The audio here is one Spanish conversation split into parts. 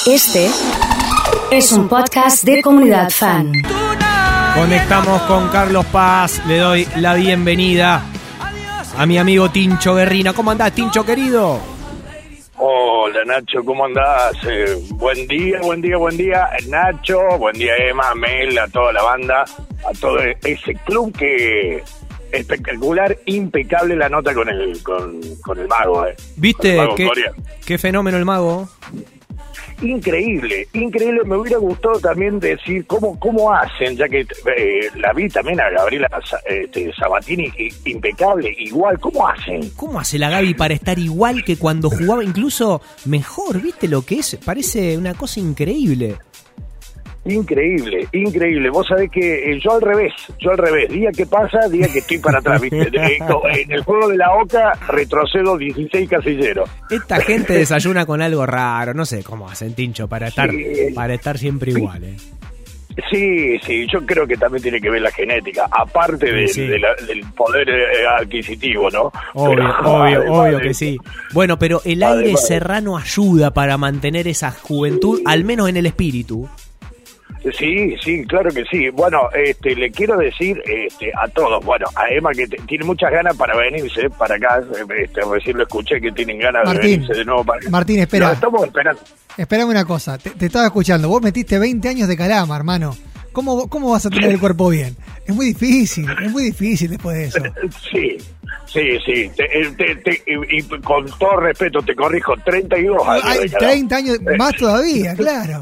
Este es un podcast de Comunidad Fan. Conectamos con Carlos Paz. Le doy la bienvenida a mi amigo Tincho Guerrina. ¿Cómo andás, Tincho querido? Hola Nacho, ¿cómo andás? Buen día, Nacho, buen día Emma, Mel, a toda la banda, a todo ese club que espectacular, impecable la nota con el mago. ¿Viste el mago qué fenómeno el mago? Increíble, me hubiera gustado también decir cómo hacen, ya que la vi también a Gabriela Sabatini, impecable, igual, ¿cómo hacen? ¿Cómo hace la Gaby para estar igual que cuando jugaba, incluso mejor? ¿Viste lo que es? Parece una cosa increíble. Increíble. Vos sabés que yo al revés, día que pasa, día que estoy para atrás, ¿viste? En el juego de la Oca retrocedo 16 casilleros. Esta gente desayuna con algo raro, no sé cómo hacen, Tincho, para estar siempre igual, ¿eh? Sí, yo creo que también tiene que ver la genética, aparte del poder adquisitivo, ¿no? Obvio que sí. Bueno, pero el aire serrano ayuda para mantener esa juventud, al menos en el espíritu. Sí, claro que sí. Bueno, le quiero decir a todos, bueno, a Emma que tiene muchas ganas para venirse para acá, recién lo escuché que tienen ganas de venirse de nuevo para acá. Martín, espera. Lo estamos esperando. Espérame una cosa, te estaba escuchando, vos metiste 20 años de calama, hermano. ¿Cómo vas a tener el cuerpo bien? Es muy difícil después de eso. Sí. Y con todo respeto te corrijo, 32 años. Hay 30 años más todavía, claro.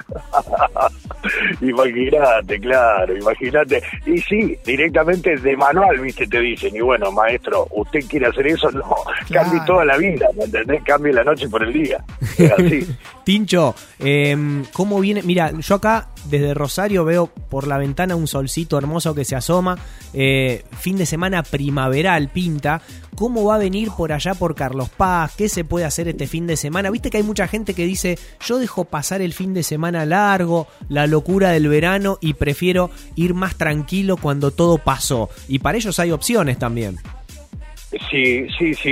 Imagínate. Y sí, directamente de manual, viste, te dicen, y bueno, maestro, ¿usted quiere hacer eso? No, claro. Cambie toda la vida, ¿me entendés? Cambie la noche por el día. Es así. Tincho, ¿cómo viene? Mira, yo acá desde Rosario veo por la ventana un solcito hermoso que se asoma, fin de semana primaveral pinta. ¿Cómo va a venir por allá por Carlos Paz? ¿Qué se puede hacer este fin de semana? Viste que hay mucha gente que dice, yo dejo pasar el fin de semana largo, la locura del verano, y prefiero ir más tranquilo cuando todo pasó. Y para ellos hay opciones también. Sí,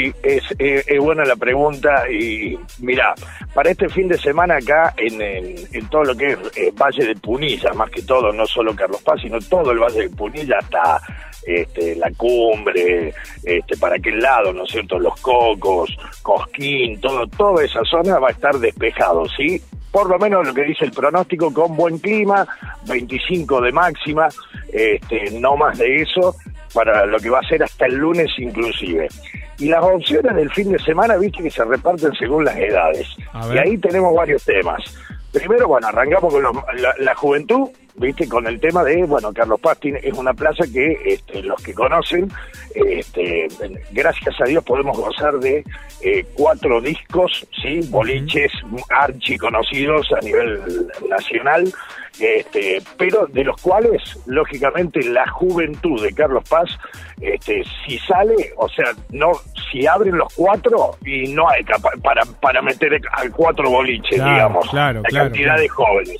es buena la pregunta. Y mirá, para este fin de semana acá en todo lo que es Valle de Punilla, más que todo, no solo Carlos Paz, sino todo el Valle de Punilla, hasta la cumbre, para aquel lado, ¿no es cierto? Los Cocos, Cosquín, toda esa zona va a estar despejado, ¿sí? Por lo menos lo que dice el pronóstico, con buen clima, 25 de máxima, no más de eso, para lo que va a ser hasta el lunes inclusive. Y las opciones del fin de semana, viste que se reparten según las edades. Y ahí tenemos varios temas. Primero, bueno, arrancamos con la juventud, viste, con el tema de, bueno, Carlos Paz es una plaza que los que conocen, gracias a Dios podemos gozar de 4 discos, sí, boliches archiconocidos a nivel nacional, pero de los cuales, lógicamente, la juventud de Carlos Paz, si sale, o sea, no, si abren los 4 y no hay para meter a 4 boliches, digamos, la cantidad de jóvenes.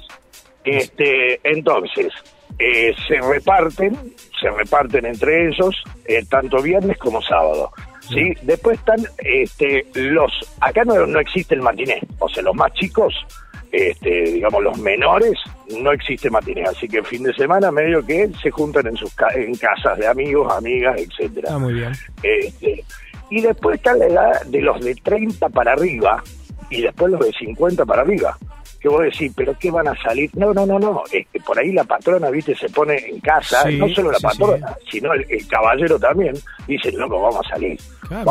Entonces, se reparten entre ellos, tanto viernes como sábado. ¿Sí? Después están acá no existe el matiné, o sea, los más chicos, digamos los menores, no existe matiné, así que el fin de semana medio que se juntan en casas de amigos, amigas, etcétera. Muy bien. Y después está la edad de los de 30 para arriba y después los de 50 para arriba. Que vos decís, ¿pero qué van a salir? No. Por ahí la patrona, viste, se pone en casa, no solo la patrona, sino el caballero también, dice, loco, vamos a salir.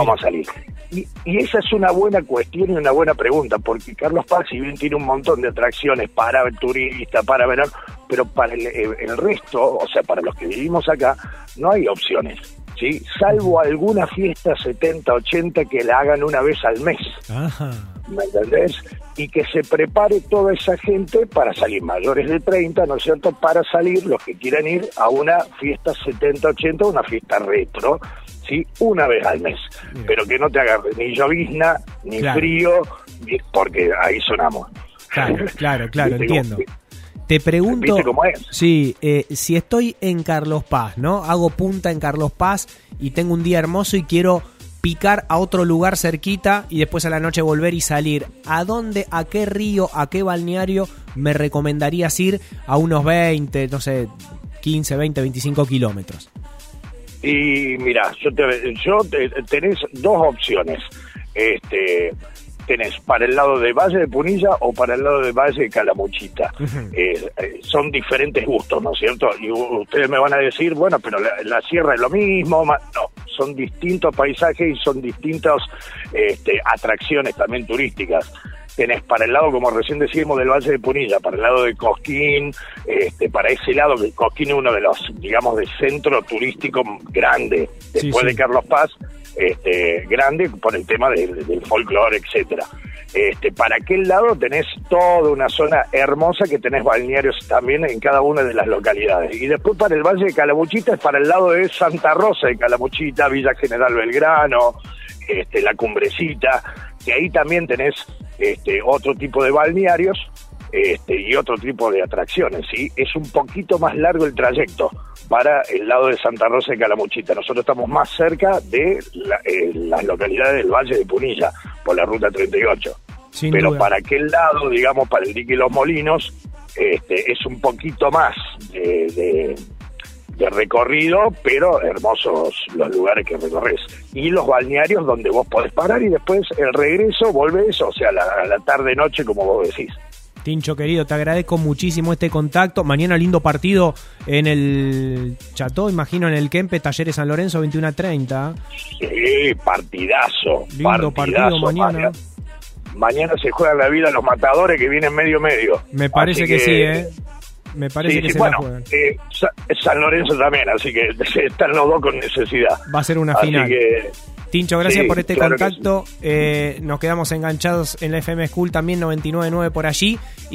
Y esa es una buena cuestión y una buena pregunta, porque Carlos Paz, si bien tiene un montón de atracciones para el turista, para verano, pero para el resto, o sea, para los que vivimos acá, no hay opciones, ¿sí? Salvo alguna fiesta 70, 80 que la hagan una vez al mes. Ajá. ¿Me entendés? Y que se prepare toda esa gente para salir, mayores de 30, ¿no es cierto?, para salir los que quieran ir a una fiesta 70-80, una fiesta retro, ¿sí?, una vez al mes. Bien. Pero que no te agarre ni llovizna, ni frío, porque ahí sonamos. Claro, entiendo. Te pregunto, ¿viste cómo es? Sí, si estoy en Carlos Paz, ¿no? Hago punta en Carlos Paz y tengo un día hermoso y quiero picar a otro lugar cerquita y después a la noche volver y salir. ¿A dónde, a qué río, a qué balneario me recomendarías ir a unos 20, no sé, 15, 20, 25 kilómetros? Y mira, tenés dos opciones. Tenés para el lado de Valle de Punilla o para el lado de Valle de Calamuchita. Son diferentes gustos, ¿no es cierto? Y ustedes me van a decir, bueno, pero la sierra es lo mismo. No, son distintos paisajes y son distintas atracciones también turísticas. Tenés para el lado, como recién decíamos, del Valle de Punilla, para el lado de Cosquín, para ese lado, que Cosquín es uno de los, digamos, de centro turístico grande, después de Carlos Paz, grande por el tema del folclore, etcétera. Para aquel lado tenés toda una zona hermosa que tenés balnearios también en cada una de las localidades. Y después para el Valle de Calamuchita es para el lado de Santa Rosa de Calamuchita, Villa General Belgrano, La Cumbrecita, que ahí también tenés otro tipo de balnearios y otro tipo de atracciones, ¿sí? Es un poquito más largo el trayecto para el lado de Santa Rosa de Calamuchita. Nosotros estamos más cerca de las localidades del Valle de Punilla, por la ruta 38. Pero para aquel lado, digamos, para el dique y los Molinos, es un poquito más de recorrido, pero hermosos los lugares que recorres. Y los balnearios donde vos podés parar y después el regreso, volvés, o sea, a la tarde-noche, como vos decís. Tincho querido, te agradezco muchísimo este contacto. Mañana lindo partido en el Chateau, imagino, en el Kempe, Talleres San Lorenzo, 21:30. Sí, partidazo. Lindo partido mañana. Mañana se juega la vida los matadores que vienen medio. Me parece que sí, Me parece que se la juegan. San Lorenzo también, así que están los dos con necesidad. Va a ser una final. Que, Tincho, gracias por este contacto. Nos quedamos enganchados en la FM School también 99.9 por allí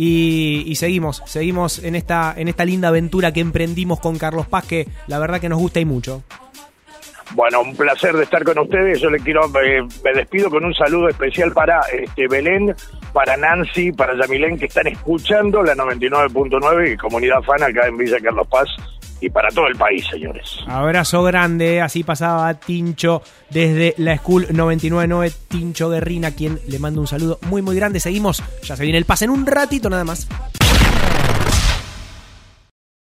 y seguimos en esta linda aventura que emprendimos con Carlos Paz, que la verdad que nos gusta y mucho. Bueno, un placer de estar con ustedes. Yo les quiero, me despido con un saludo especial para Belén, para Nancy, para Yamilén, que están escuchando la 99.9 y Comunidad Fan acá en Villa Carlos Paz, y para todo el país, señores. Abrazo grande, así pasaba Tincho desde la School 99.9, Tincho Guerrina, quien le manda un saludo muy muy grande. Seguimos, ya se viene el pase en un ratito nada más.